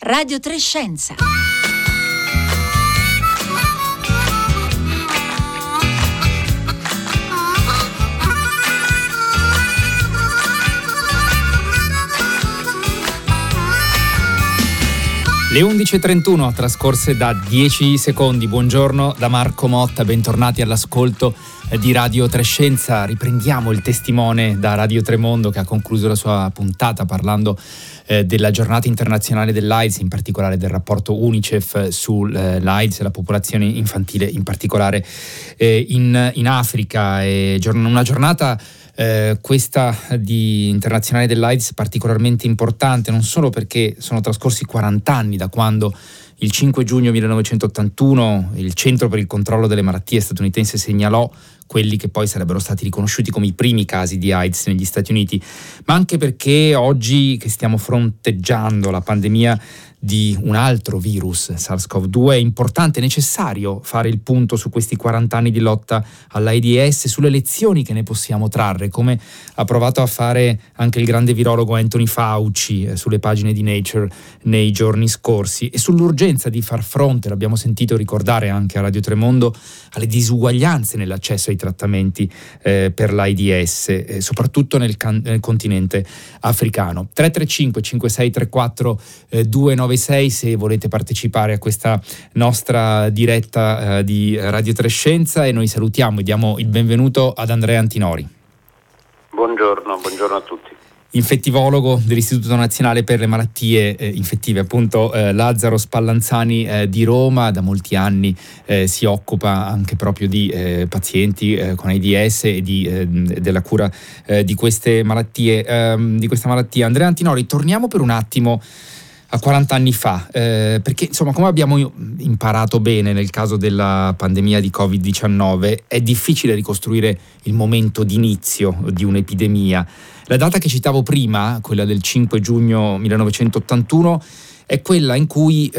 Radio 3 Scienza. Le 11.31 trascorse da 10 secondi. Buongiorno da Marco Motta, bentornati all'ascolto di Radio 3 Scienza. Riprendiamo il testimone da Radio Tremondo, che ha concluso la sua puntata parlando della giornata internazionale dell'AIDS, in particolare del rapporto UNICEF sull'AIDS e la popolazione infantile, in particolare in Africa. Una giornata questa di internazionale dell'AIDS particolarmente importante, non solo perché sono trascorsi 40 anni da quando il 5 giugno 1981 il Centro per il controllo delle malattie statunitense segnalò quelli che poi sarebbero stati riconosciuti come i primi casi di AIDS negli Stati Uniti, ma anche perché oggi che stiamo fronteggiando la pandemia di un altro virus, SARS-CoV-2, è importante e necessario fare il punto su questi 40 anni di lotta all'AIDS, sulle lezioni che ne possiamo trarre, come ha provato a fare anche il grande virologo Anthony Fauci sulle pagine di Nature nei giorni scorsi, e sull'urgenza di far fronte, l'abbiamo sentito ricordare anche a Radio Tremondo, alle disuguaglianze nell'accesso ai trattamenti per l'AIDS, soprattutto nel continente africano. 335 5634 296 se volete partecipare a questa nostra diretta di Radio 3 Scienza, e noi salutiamo e diamo il benvenuto ad Andrea Antinori. Buongiorno a tutti. Infettivologo dell'Istituto Nazionale per le Malattie Infettive, appunto Lazzaro Spallanzani di Roma. Da molti anni si occupa anche proprio di pazienti con AIDS e della cura di queste malattie, di questa malattia. Andrea Antinori, torniamo per un attimo a 40 anni fa, perché insomma, come abbiamo imparato bene nel caso della pandemia di Covid-19, è difficile ricostruire il momento d'inizio di un'epidemia. La data che citavo prima, quella del 5 giugno 1981, è quella in cui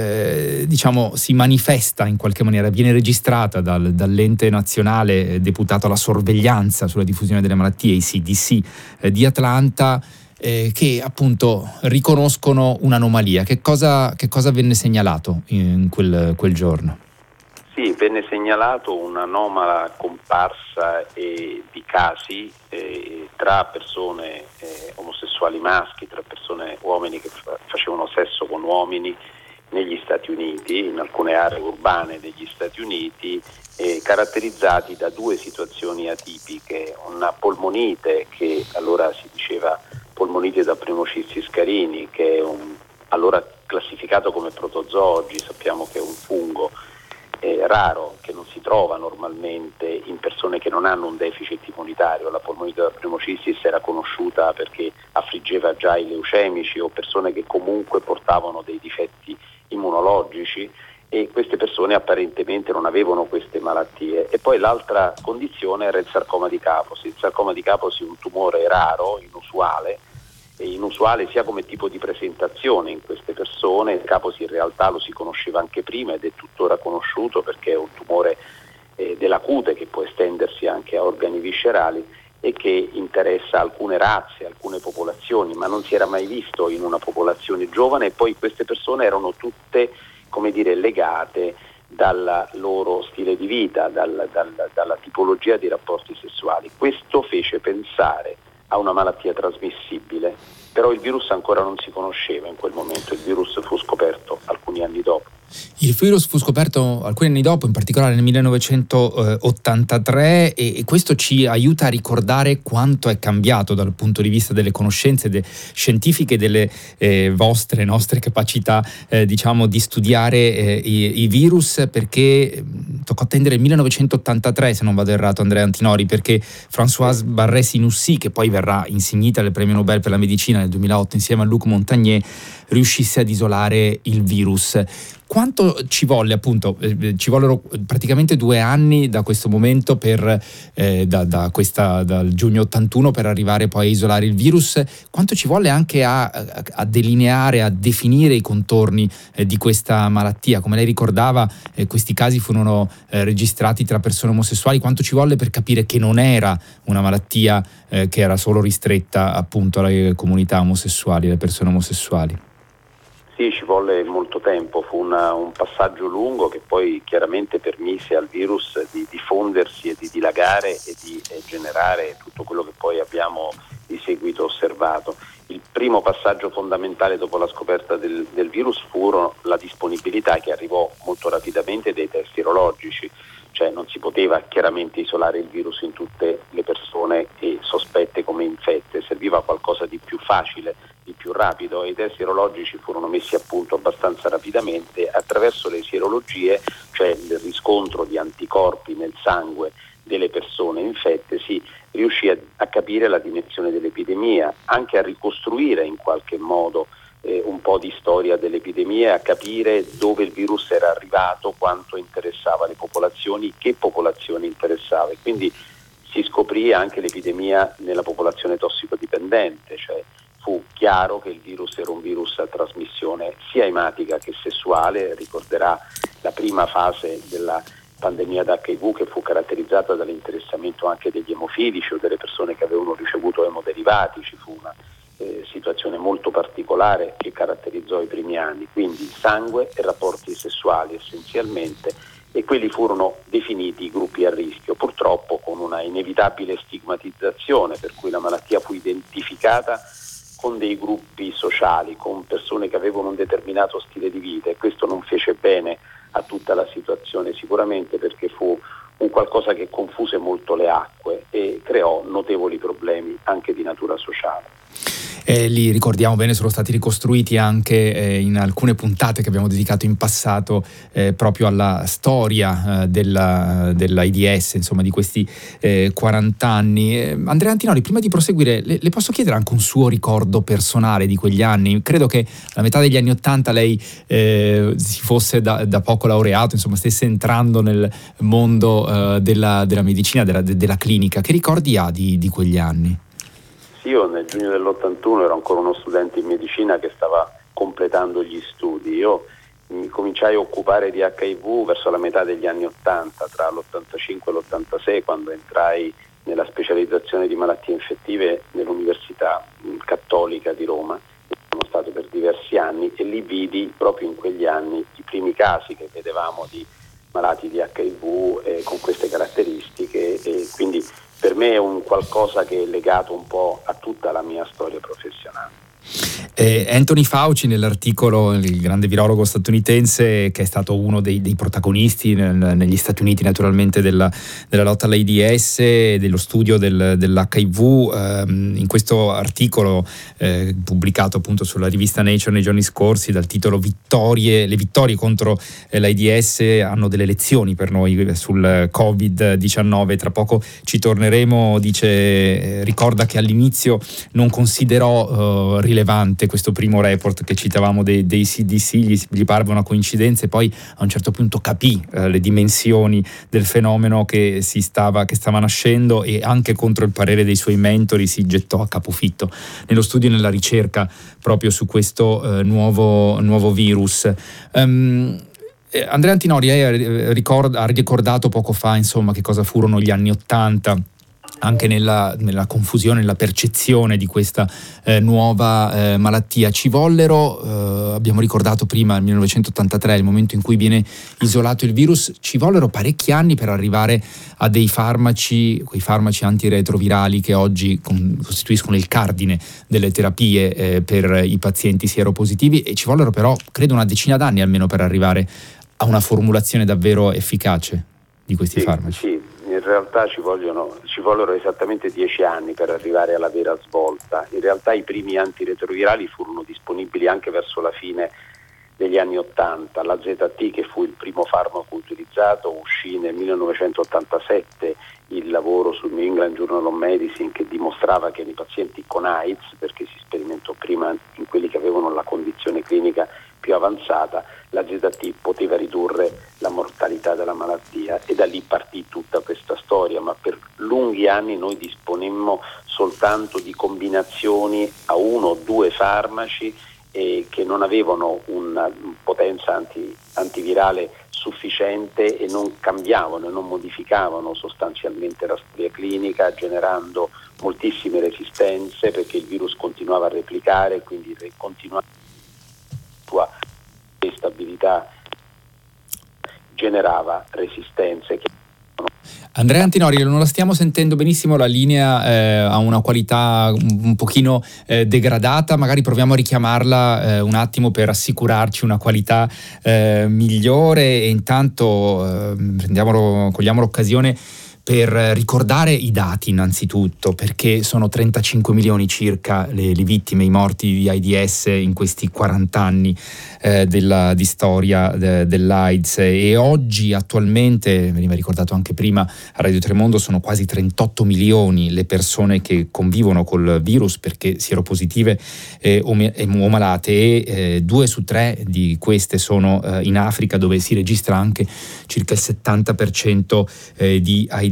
si manifesta in qualche maniera, viene registrata dall'ente nazionale deputato alla sorveglianza sulla diffusione delle malattie, i CDC di Atlanta, che appunto riconoscono un'anomalia. Che cosa venne segnalato in quel giorno? Sì, venne segnalato un'anomala comparsa di casi tra persone omosessuali maschi, tra persone uomini che facevano sesso con uomini negli Stati Uniti, in alcune aree urbane degli Stati Uniti, caratterizzati da due situazioni atipiche: una polmonite, che allora si diceva polmonite da pneumocistis carini, che è allora classificato come protozoo, oggi sappiamo che è un fungo raro, che non si trova normalmente in persone che non hanno un deficit immunitario. La polmonite da pneumocistis era conosciuta perché affliggeva già i leucemici o persone che comunque portavano dei difetti immunologici, e queste persone apparentemente non avevano queste malattie. E poi l'altra condizione era il sarcoma di Kaposi. Il sarcoma di Kaposi è un tumore raro, inusuale sia come tipo di presentazione in queste persone. Il Kaposi in realtà lo si conosceva anche prima ed è tuttora conosciuto perché è un tumore della cute che può estendersi anche a organi viscerali e che interessa alcune razze, alcune popolazioni, ma non si era mai visto in una popolazione giovane. E poi queste persone erano tutte, legate dal loro stile di vita, dalla tipologia di rapporti sessuali. Questo fece pensare a una malattia trasmissibile, però il virus ancora non si conosceva in quel momento. Il virus fu scoperto alcuni anni dopo. Il virus fu scoperto alcuni anni dopo, in particolare nel 1983, e questo ci aiuta a ricordare quanto è cambiato dal punto di vista delle conoscenze scientifiche, delle nostre capacità di studiare i virus, perché toccò attendere il 1983, se non vado errato Andrea Antinori, perché Françoise Barré-Sinoussi, che poi verrà insignita del premio Nobel per la medicina nel 2008 insieme a Luc Montagnier, riuscisse ad isolare il virus. Quanto ci volle, appunto, ci vollero praticamente 2 anni da questo momento dal giugno 81 per arrivare poi a isolare il virus. Quanto ci volle anche a delineare, a definire i contorni di questa malattia? Come lei ricordava, questi casi furono registrati tra persone omosessuali. Quanto ci volle per capire che non era una malattia che era solo ristretta appunto alle comunità omosessuali, alle persone omosessuali? Sì, Sì, ci volle molto tempo, fu un passaggio lungo che poi chiaramente permise al virus di diffondersi e di dilagare e di generare tutto quello che poi abbiamo di seguito osservato. Il primo passaggio fondamentale dopo la scoperta del virus furono la disponibilità, che arrivò molto rapidamente, dei test sierologici, cioè non si poteva chiaramente isolare il virus in tutte le persone sospette come infette, serviva qualcosa di più facile, di più rapido, e i test sierologici furono messi a punto abbastanza rapidamente. Attraverso le sierologie, cioè il riscontro di anticorpi nel sangue delle persone infette, si riuscì a capire la dimensione dell'epidemia, anche a ricostruire in qualche modo un po' di storia dell'epidemia, a capire dove il virus era arrivato, quanto interessava le popolazioni, che popolazioni interessava, e quindi si scoprì anche l'epidemia nella popolazione tossicodipendente, cioè fu chiaro che il virus era un virus a trasmissione sia ematica che sessuale. Ricorderà la prima fase della pandemia d'HIV, che fu caratterizzata dall'interessamento anche degli emofilici o delle persone che avevano ricevuto emoderivati. Ci fu una situazione molto particolare che caratterizzò i primi anni, quindi sangue e rapporti sessuali essenzialmente, e quelli furono definiti gruppi a rischio, purtroppo con una inevitabile stigmatizzazione, per cui la malattia fu identificata con dei gruppi sociali, con persone che avevano un determinato stile di vita, e questo non fece bene a tutta la situazione, sicuramente perché fu un qualcosa che confuse molto le acque e creò notevoli problemi anche di natura sociale. Li ricordiamo bene, sono stati ricostruiti anche in alcune puntate che abbiamo dedicato in passato proprio alla storia dell'AIDS, insomma, di questi 40 anni. Andrea Antinori, prima di proseguire, le posso chiedere anche un suo ricordo personale di quegli anni? Credo che alla metà degli anni '80 lei si fosse da poco laureato, insomma, stesse entrando nel mondo della medicina, della clinica. Che ricordi ha di quegli anni? Io nel giugno dell'81 ero ancora uno studente in medicina che stava completando gli studi. Io mi cominciai a occupare di HIV verso la metà degli anni 80, tra l'85 e l'86, quando entrai nella specializzazione di malattie infettive nell'Università Cattolica di Roma. Sono stato per diversi anni e lì vidi proprio in quegli anni i primi casi che vedevamo di malati di HIV con queste caratteristiche, e quindi per me è un qualcosa che è legato un po' a tutta la mia storia professionale. Anthony Fauci, nell'articolo, il grande virologo statunitense, che è stato uno dei protagonisti negli Stati Uniti naturalmente della lotta all'AIDS e dello studio dell'HIV, in questo articolo pubblicato appunto sulla rivista Nature nei giorni scorsi, dal titolo le vittorie contro l'AIDS hanno delle lezioni per noi sul Covid-19. Tra poco ci torneremo. Ricorda che all'inizio non considerò rilevante questo primo report che citavamo dei CDC, gli parve una coincidenza, e poi a un certo punto capì le dimensioni del fenomeno che stava nascendo, e anche contro il parere dei suoi mentori si gettò a capofitto nello studio e nella ricerca proprio su questo nuovo virus. Andrea Antinori, ha ricordato poco fa, insomma, che cosa furono gli anni '80 anche nella confusione, nella percezione di questa nuova malattia. Ci vollero, abbiamo ricordato prima, il 1983, il momento in cui viene isolato il virus, ci vollero parecchi anni per arrivare a quei farmaci antiretrovirali che oggi costituiscono il cardine delle terapie per i pazienti sieropositivi, e ci vollero però, credo, una decina d'anni almeno per arrivare a una formulazione davvero efficace di questi farmaci. Sì. In realtà ci vollero esattamente 10 anni per arrivare alla vera svolta. In realtà i primi antiretrovirali furono disponibili anche verso la fine degli anni 80. La ZT, che fu il primo farmaco utilizzato, uscì nel 1987, il lavoro sul New England Journal of Medicine, che dimostrava che nei pazienti con AIDS, perché si sperimentò prima in quelli che avevano la condizione clinica più avanzata, la ZT poteva ridurre la mortalità della malattia, e da lì partì tutta questa storia. Ma per lunghi anni noi disponemmo soltanto di combinazioni a 1 o 2 farmaci che non avevano una potenza antivirale sufficiente e non cambiavano e non modificavano sostanzialmente la storia clinica, generando moltissime resistenze, perché il virus continuava a replicare, quindi continuava vulnerabilità generava resistenze. Andrea Antinori, non la stiamo sentendo benissimo, la linea ha una qualità un pochino degradata, magari proviamo a richiamarla un attimo per assicurarci una qualità migliore, e intanto cogliamo l'occasione per ricordare i dati innanzitutto, perché sono 35 milioni circa le vittime, i morti di AIDS in questi 40 anni di storia dell'AIDS, e oggi attualmente, veniva ricordato anche prima a Radio Tremondo, sono quasi 38 milioni le persone che convivono col virus perché sieropositive o malate, e 2 su 3 di queste sono in Africa, dove si registra anche circa il 70% di AIDS.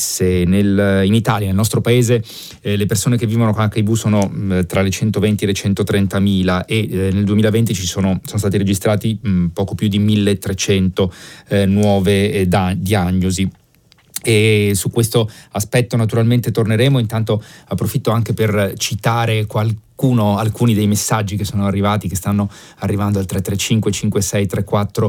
In Italia, nel nostro paese, le persone che vivono con HIV sono tra le 120 e le 130 mila, e nel 2020 sono stati registrati poco più di 1300 nuove diagnosi. E su questo aspetto naturalmente torneremo. Intanto approfitto anche per citare alcuni dei messaggi che sono arrivati, che stanno arrivando al 335 5634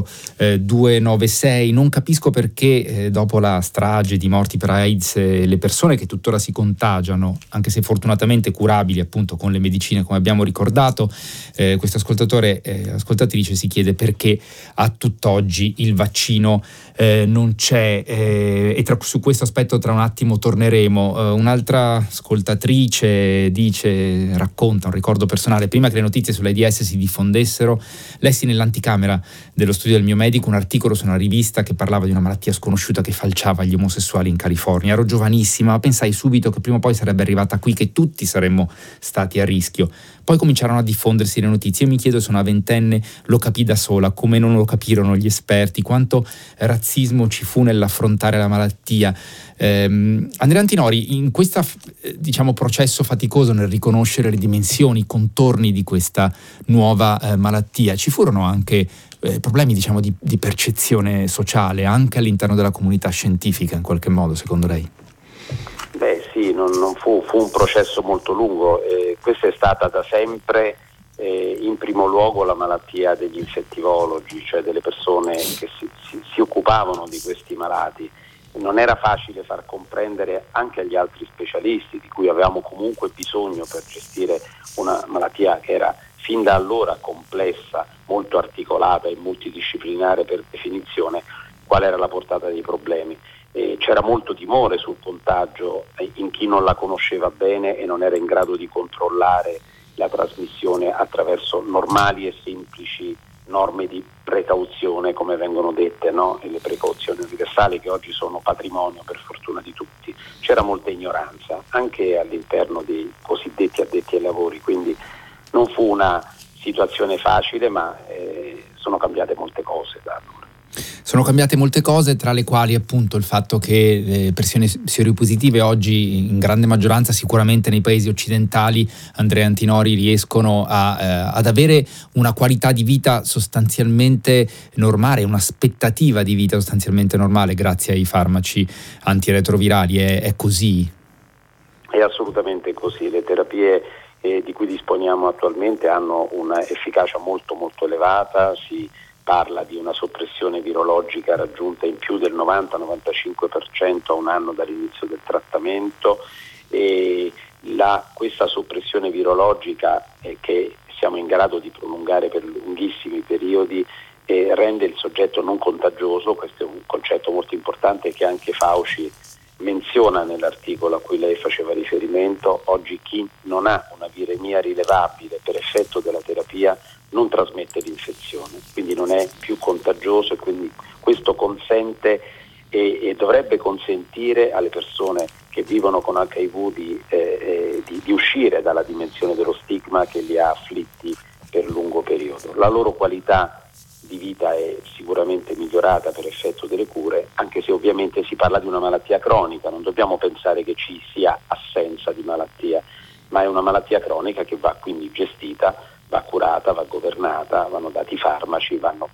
296. Non capisco perché dopo la strage di morti per AIDS le persone che tuttora si contagiano, anche se fortunatamente curabili appunto con le medicine come abbiamo ricordato, questo ascoltatrice si chiede perché a tutt'oggi il vaccino non c'è, e su questo aspetto tra un attimo torneremo. Un'altra ascoltatrice racconta un ricordo personale: prima che le notizie sull'AIDS si diffondessero, lessi nell'anticamera dello studio del mio medico un articolo su una rivista che parlava di una malattia sconosciuta che falciava gli omosessuali in California. Ero giovanissima, ma pensai subito che prima o poi sarebbe arrivata qui, che tutti saremmo stati a rischio. Poi cominciarono a diffondersi le notizie. Io mi chiedo se una ventenne lo capì da sola, come non lo capirono gli esperti, quanto razzismo ci fu nell'affrontare la malattia. Andrea Antinori, in questo processo faticoso nel riconoscere le dimensioni, i contorni di questa nuova malattia, ci furono anche problemi di percezione sociale anche all'interno della comunità scientifica, in qualche modo, secondo lei? Beh sì, non fu un processo molto lungo. Questa è stata da sempre in primo luogo la malattia degli infettivologi, cioè delle persone che si occupavano di questi malati. Non era facile far comprendere anche agli altri specialisti, di cui avevamo comunque bisogno per gestire una malattia che era fin da allora complessa, molto articolata e multidisciplinare per definizione, qual era la portata dei problemi. C'era molto timore sul contagio in chi non la conosceva bene e non era in grado di controllare la trasmissione attraverso normali e semplici norme di precauzione, come vengono dette, no? E le precauzioni universali che oggi sono patrimonio, per fortuna, di tutti. C'era molta ignoranza anche all'interno dei cosiddetti addetti ai lavori, quindi non fu una situazione facile, ma sono cambiate molte cose da allora. Sono cambiate molte cose, tra le quali appunto il fatto che le persone sieropositive oggi in grande maggioranza, sicuramente nei paesi occidentali, Andrea Antinori, riescono ad avere una qualità di vita sostanzialmente normale, un'aspettativa di vita sostanzialmente normale grazie ai farmaci antiretrovirali. È così? È assolutamente così. Le terapie di cui disponiamo attualmente hanno una efficacia molto molto elevata. Si parla di una soppressione virologica raggiunta in più del 90-95% a un anno dall'inizio del trattamento, e questa soppressione virologica che siamo in grado di prolungare per lunghissimi periodi rende il soggetto non contagioso. Questo è un concetto molto importante che anche Fauci menziona nell'articolo a cui lei faceva riferimento. Oggi chi non ha una viremia rilevabile per effetto della terapia non trasmette l'infezione, quindi non è più contagioso, e quindi questo consente e dovrebbe consentire alle persone che vivono con HIV di uscire dalla dimensione dello stigma che li ha afflitti per lungo periodo. La loro qualità di vita è sicuramente migliorata per effetto delle cure, anche se ovviamente si parla di una malattia cronica. Non dobbiamo pensare che ci sia assenza di malattia, ma è una malattia cronica che va quindi gestita, va curata, va governata, vanno dati farmaci, vanno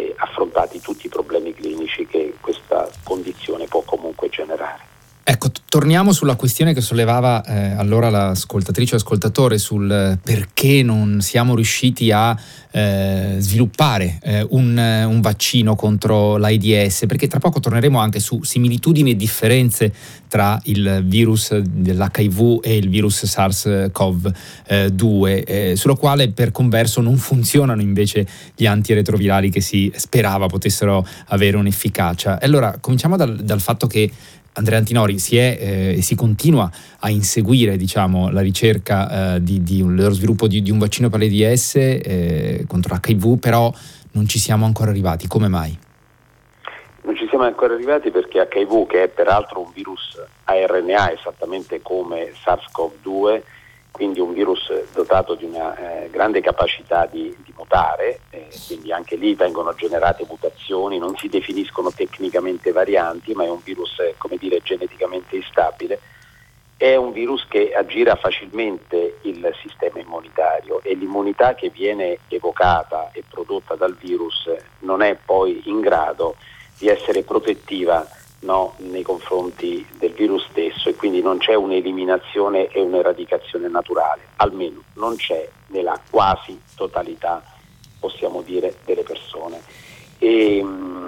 affrontati tutti i problemi clinici che questa condizione può comunque generare. Ecco, torniamo sulla questione che sollevava allora l'ascoltatrice o ascoltatore sul perché non siamo riusciti a sviluppare un vaccino contro l'AIDS, perché tra poco torneremo anche su similitudini e differenze tra il virus dell'HIV e il virus SARS-CoV-2, sulla quale per converso non funzionano invece gli antiretrovirali che si sperava potessero avere un'efficacia. E allora cominciamo dal fatto che Andrea Antinori si continua a inseguire, diciamo, la ricerca dello sviluppo di un vaccino per l'AIDS contro l'HIV, però non ci siamo ancora arrivati. Come mai? Non ci siamo ancora arrivati perché HIV, che è peraltro un virus a RNA esattamente come SARS-CoV-2, quindi un virus dotato di una grande capacità di mutare, quindi anche lì vengono generate mutazioni, non si definiscono tecnicamente varianti, ma è un virus, geneticamente instabile. È un virus che aggira facilmente il sistema immunitario e l'immunità che viene evocata e prodotta dal virus non è poi in grado di essere protettiva nei confronti del virus stesso, e quindi non c'è un'eliminazione e un'eradicazione naturale, almeno non c'è nella quasi totalità, possiamo dire, delle persone. E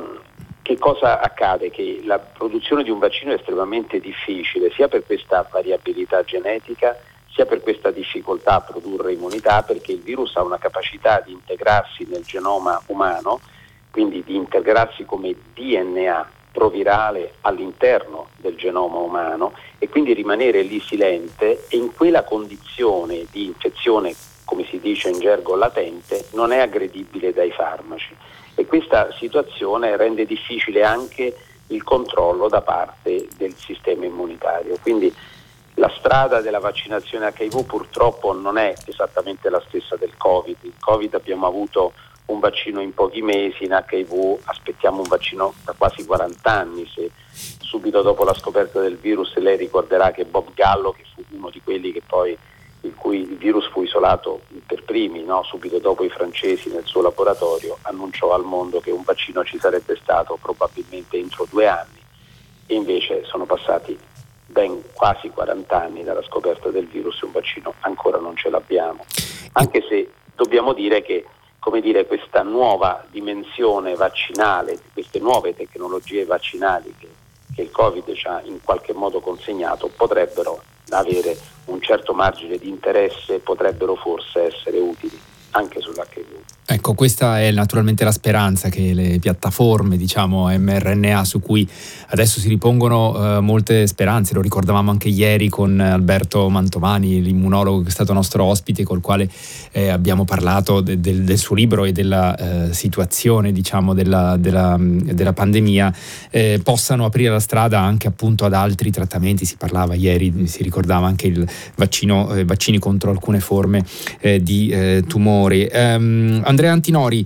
che cosa accade? Che la produzione di un vaccino è estremamente difficile, sia per questa variabilità genetica, sia per questa difficoltà a produrre immunità, perché il virus ha una capacità di integrarsi nel genoma umano, quindi di integrarsi come DNA provirale all'interno del genoma umano, e quindi rimanere lì silente, e in quella condizione di infezione, come si dice in gergo latente, non è aggredibile dai farmaci, e questa situazione rende difficile anche il controllo da parte del sistema immunitario. Quindi la strada della vaccinazione HIV purtroppo non è esattamente la stessa del Covid. Il Covid abbiamo avuto un vaccino in pochi mesi, in HIV aspettiamo un vaccino da quasi 40 anni. Se subito dopo la scoperta del virus, lei ricorderà che Bob Gallo, che fu uno di quelli in cui il virus fu isolato per primi, subito dopo i francesi nel suo laboratorio, annunciò al mondo che un vaccino ci sarebbe stato probabilmente entro 2 anni, e invece sono passati ben quasi 40 anni dalla scoperta del virus e un vaccino ancora non ce l'abbiamo, anche se dobbiamo dire che questa nuova dimensione vaccinale, queste nuove tecnologie vaccinali che il Covid ci ha in qualche modo consegnato, potrebbero avere un certo margine di interesse, potrebbero forse essere utili anche sull'HIV. Ecco, questa è naturalmente la speranza, che le piattaforme, mRNA, su cui adesso si ripongono molte speranze. Lo ricordavamo anche ieri con Alberto Mantovani, l'immunologo che è stato nostro ospite, col quale abbiamo parlato del suo libro e della situazione, della pandemia, possano aprire la strada anche appunto ad altri trattamenti. Si parlava ieri, si ricordava anche il vaccini contro alcune forme di tumori. Andrea Antinori,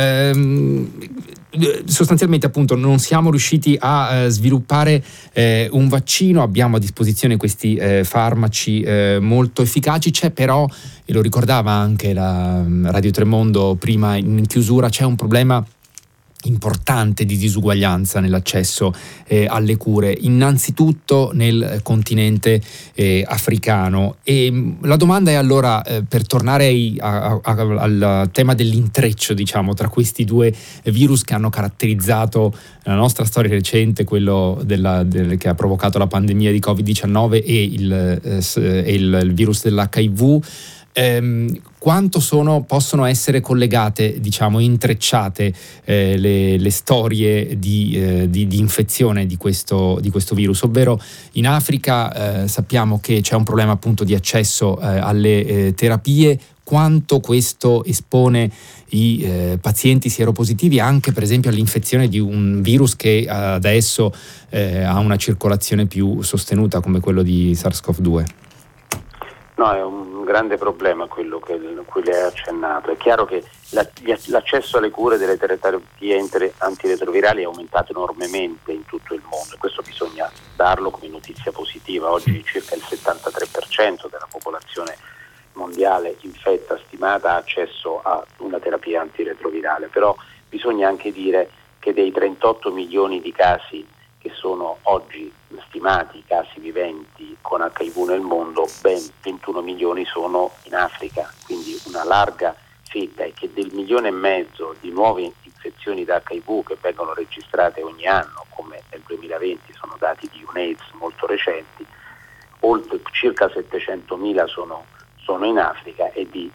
sostanzialmente appunto non siamo riusciti a sviluppare un vaccino, abbiamo a disposizione questi farmaci molto efficaci. C'è però, e lo ricordava anche la Radio Tremondo prima in chiusura, c'è un problema importante di disuguaglianza nell'accesso alle cure, innanzitutto nel continente africano. E la domanda è allora, per tornare al tema dell'intreccio, tra questi due virus che hanno caratterizzato la nostra storia recente, quello che ha provocato la pandemia di Covid-19 e il virus dell'HIV, quanto possono essere collegate, intrecciate le storie di infezione di questo virus, ovvero in Africa sappiamo che c'è un problema appunto di accesso alle terapie. Quanto questo espone i pazienti sieropositivi anche per esempio all'infezione di un virus che adesso ha una circolazione più sostenuta come quello di SARS-CoV-2? No, è un grande problema quello cui lei ha accennato. È chiaro che l'accesso alle cure delle terapie antiretrovirali è aumentato enormemente in tutto il mondo, e questo bisogna darlo come notizia positiva. Oggi circa il 73% della popolazione mondiale infetta stimata ha accesso a una terapia antiretrovirale, però bisogna anche dire che dei 38 milioni di casi che sono oggi stimati stimati i casi viventi con HIV nel mondo, ben 21 milioni sono in Africa, quindi una larga fetta, e che del 1,5 milioni di nuove infezioni da HIV che vengono registrate ogni anno, come nel 2020 sono dati di UNAIDS molto recenti, circa 700.000 sono in Africa, e di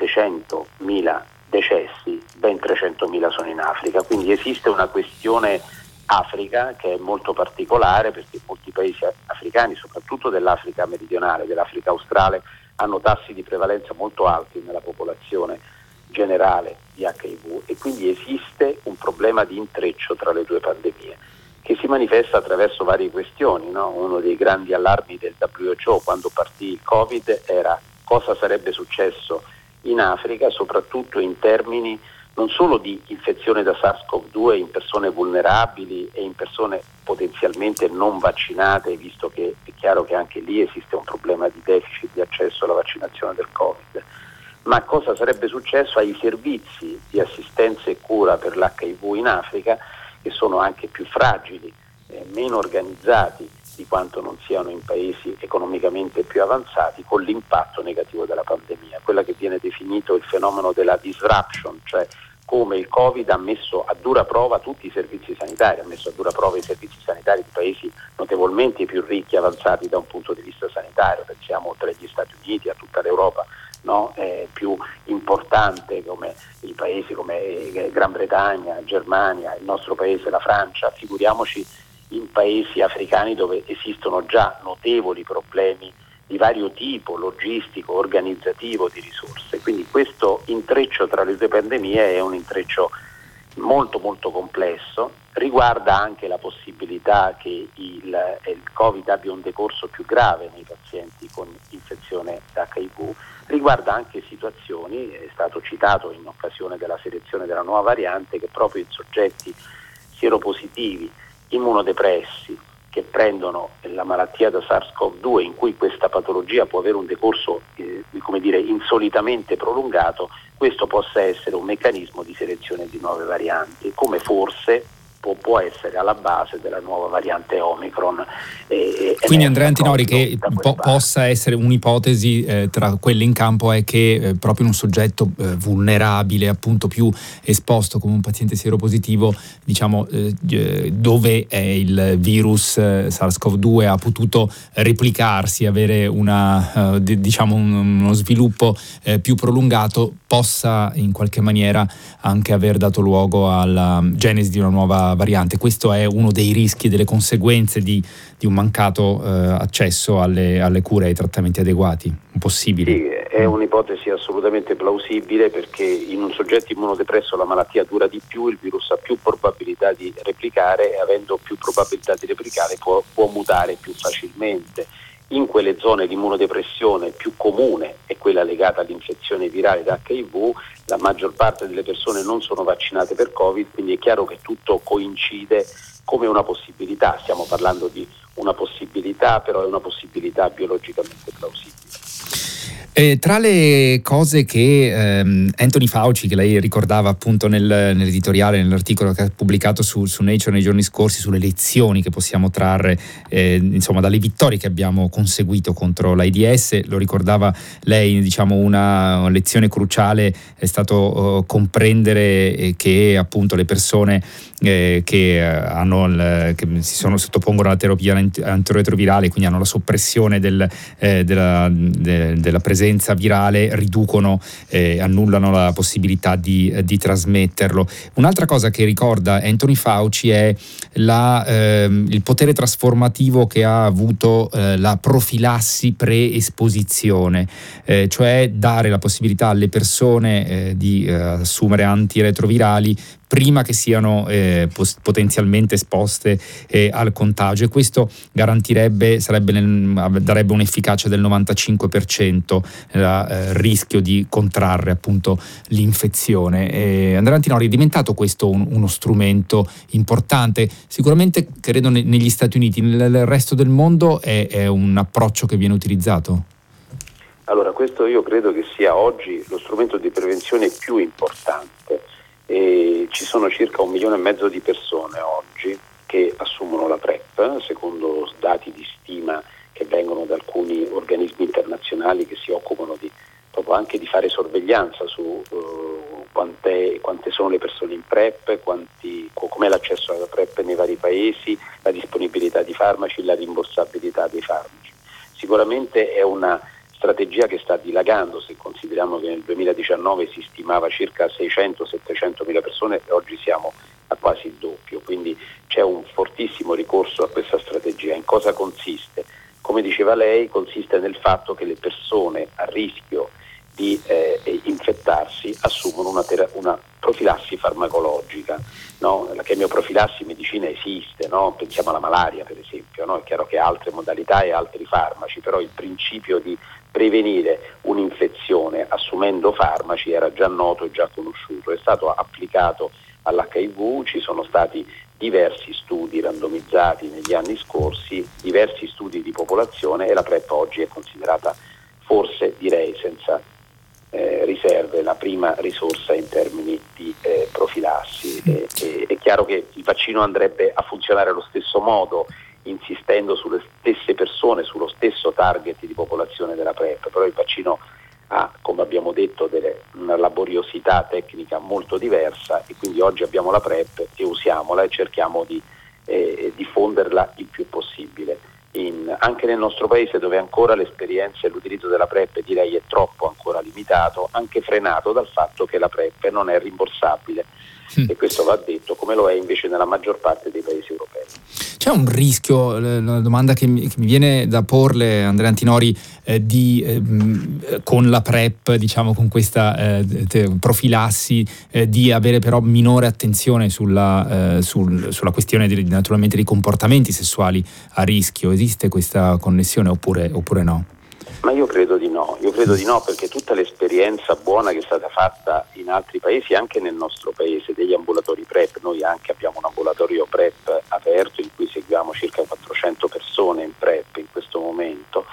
700.000 decessi ben 300.000 sono in Africa. Quindi esiste una questione Africa che è molto particolare, perché molti paesi africani, soprattutto dell'Africa meridionale, dell'Africa australe, hanno tassi di prevalenza molto alti nella popolazione generale di HIV, e quindi esiste un problema di intreccio tra le due pandemie che si manifesta attraverso varie questioni, no? Uno dei grandi allarmi del WHO quando partì il Covid era cosa sarebbe successo in Africa, soprattutto in termini non solo di infezione da SARS-CoV-2 in persone vulnerabili e in persone potenzialmente non vaccinate, visto che è chiaro che anche lì esiste un problema di deficit di accesso alla vaccinazione del Covid, ma cosa sarebbe successo ai servizi di assistenza e cura per l'HIV in Africa, che sono anche più fragili, meno organizzati di quanto non siano in paesi economicamente più avanzati, con l'impatto negativo della pandemia, quella che viene definito il fenomeno della disruption, cioè come il Covid ha messo a dura prova tutti i servizi sanitari, ha messo a dura prova i servizi sanitari di paesi notevolmente più ricchi e avanzati da un punto di vista sanitario. Pensiamo oltre agli Stati Uniti, a tutta l'Europa, no? Più importante, come i paesi come Gran Bretagna, Germania, il nostro paese, la Francia, figuriamoci in paesi africani dove esistono già notevoli problemi di vario tipo, logistico, organizzativo, di risorse. Quindi questo intreccio tra le due pandemie è un intreccio molto molto complesso, riguarda anche la possibilità che il Covid abbia un decorso più grave nei pazienti con infezione da HIV, riguarda anche situazioni, è stato citato in occasione della selezione della nuova variante, che proprio in soggetti sieropositivi, immunodepressi, che prendono la malattia da SARS-CoV-2, in cui questa patologia può avere un decorso insolitamente prolungato, questo possa essere un meccanismo di selezione di nuove varianti, come forse può essere alla base della nuova variante Omicron. Quindi Andrea Antinori, che possa essere un'ipotesi tra quelle in campo è che proprio in un soggetto vulnerabile, appunto più esposto come un paziente sieropositivo, diciamo dove il virus SARS-CoV-2 ha potuto replicarsi, avere uno sviluppo più prolungato, possa in qualche maniera anche aver dato luogo alla genesi di una nuova variante. Questo è uno dei rischi e delle conseguenze di un mancato accesso alle cure e ai trattamenti adeguati, possibile? Sì, è un'ipotesi assolutamente plausibile, perché in un soggetto immunodepresso la malattia dura di più, il virus ha più probabilità di replicare, e avendo più probabilità di replicare può mutare più facilmente. In quelle zone l'immunodepressione più comune è quella legata all'infezione virale da HIV, la maggior parte delle persone non sono vaccinate per Covid, quindi è chiaro che tutto coincide come una possibilità. Stiamo parlando di una possibilità, però è una possibilità biologicamente plausibile. Tra le cose che Anthony Fauci, che lei ricordava appunto nell'editoriale, nell'articolo che ha pubblicato su Nature nei giorni scorsi, sulle lezioni che possiamo trarre dalle vittorie che abbiamo conseguito contro l'AIDS, lo ricordava lei, diciamo una lezione cruciale è stato comprendere che appunto le persone che si sottopongono alla terapia antiretrovirale, quindi hanno la soppressione della presenza virale, riducono, annullano la possibilità di trasmetterlo. Un'altra cosa che ricorda Anthony Fauci è il potere trasformativo che ha avuto la profilassi pre-esposizione, cioè dare la possibilità alle persone di assumere antiretrovirali prima che siano potenzialmente esposte al contagio, e questo darebbe un'efficacia del 95% nel rischio di contrarre appunto l'infezione. Andrea Antinori, è diventato questo uno strumento importante? Sicuramente credo negli Stati Uniti, nel resto del mondo è un approccio che viene utilizzato? Allora, questo io credo che sia oggi lo strumento di prevenzione più importante. Ci sono circa 1,5 milioni di persone oggi che assumono la PrEP, secondo dati di quante sono le persone in PrEP, com'è l'accesso alla PrEP nei vari paesi, la disponibilità di farmaci, la rimborsabilità dei farmaci. Sicuramente è una strategia che sta dilagando, se consideriamo che nel 2019 si stimava circa 600-700 mila persone e oggi siamo a quasi il doppio, quindi c'è un fortissimo ricorso a questa strategia. In cosa consiste? Come diceva lei, consiste nel fatto che le persone a rischio di infettarsi assumono una profilassi farmacologica, no? La chemioprofilassi in medicina esiste, no? Pensiamo alla malaria per esempio, no? È chiaro che ha altre modalità e altri farmaci, però il principio di prevenire un'infezione assumendo farmaci era già noto e già conosciuto, è stato applicato all'HIV, ci sono stati diversi studi randomizzati negli anni scorsi, diversi studi di popolazione, e la PrEP oggi è considerata, forse direi senza riserve, la prima risorsa in termini di profilassi. È chiaro che il vaccino andrebbe a funzionare allo stesso modo, insistendo sulle stesse persone, sullo stesso target di popolazione della PrEP, però il vaccino ha, come abbiamo detto, una laboriosità tecnica molto diversa, e quindi oggi abbiamo la PrEP e usiamola e cerchiamo di diffonderla il più possibile. Anche nel nostro paese, dove ancora l'esperienza e l'utilizzo della PrEP direi è troppo ancora limitato, anche frenato dal fatto che la PrEP non è rimborsabile, e questo va detto, come lo è invece nella maggior parte dei paesi europei. C'è un rischio, la domanda che mi viene da porle, Andrea Antinori, con la PrEP, diciamo con questa profilassi, di avere però minore attenzione sulla questione naturalmente dei comportamenti sessuali a rischio? Esiste questa connessione oppure no? Ma io credo di no, perché tutta l'esperienza buona che è stata fatta in altri paesi, anche nel nostro paese, degli ambulatori PrEP, noi anche abbiamo un ambulatorio PrEP aperto in cui seguiamo circa 400 persone in PrEP in questo momento,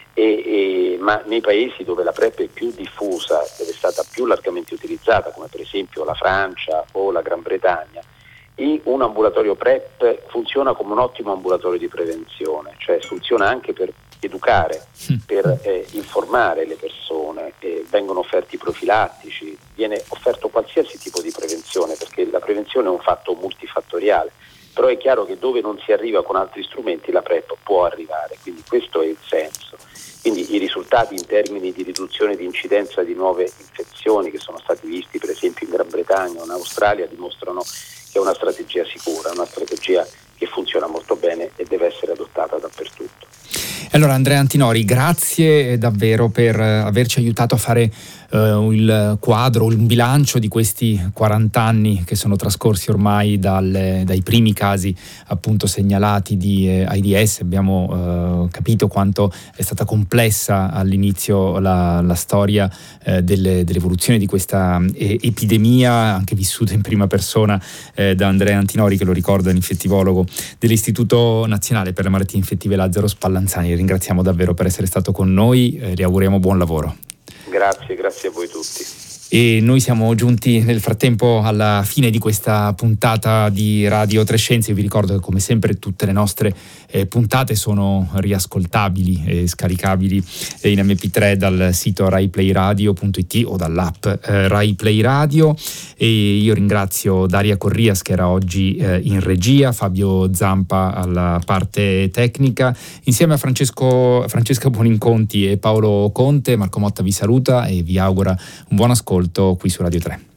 ma nei paesi dove la PrEP è più diffusa, dove è stata più largamente utilizzata, come per esempio la Francia o la Gran Bretagna, un ambulatorio PrEP funziona come un ottimo ambulatorio di prevenzione, cioè funziona anche per educare, per informare le persone, vengono offerti profilattici, viene offerto qualsiasi tipo di prevenzione, perché la prevenzione è un fatto multifattoriale, però è chiaro che dove non si arriva con altri strumenti la PrEP può arrivare, quindi questo è il senso. Quindi i risultati in termini di riduzione di incidenza di nuove infezioni che sono stati visti per esempio in Gran Bretagna o in Australia dimostrano che è una strategia sicura, una strategia che funziona molto bene e deve essere adottata dappertutto. Allora Andrea Antinori, grazie davvero per averci aiutato a fare il quadro, un bilancio di questi 40 anni che sono trascorsi ormai dai primi casi appunto segnalati di AIDS. Abbiamo capito quanto è stata complessa all'inizio la storia dell'evoluzione di questa epidemia, anche vissuta in prima persona da Andrea Antinori, che lo ricorda, un infettivologo dell'Istituto Nazionale per le Malattie Infettive Lazzaro Spallanzani. Ringraziamo davvero per essere stato con noi, le auguriamo buon lavoro. Grazie a voi tutti. E noi siamo giunti nel frattempo alla fine di questa puntata di Radio Trescenze. Io vi ricordo che come sempre tutte le nostre puntate sono riascoltabili e scaricabili in MP3 dal sito raiplayradio.it o dall'app Rai Play Radio. E io ringrazio Daria Corrias, che era oggi in regia, Fabio Zampa alla parte tecnica, insieme a Francesca Buoninconti e Paolo Conte. Marco Motta vi saluta e vi augura un buon ascolto qui su Radio 3.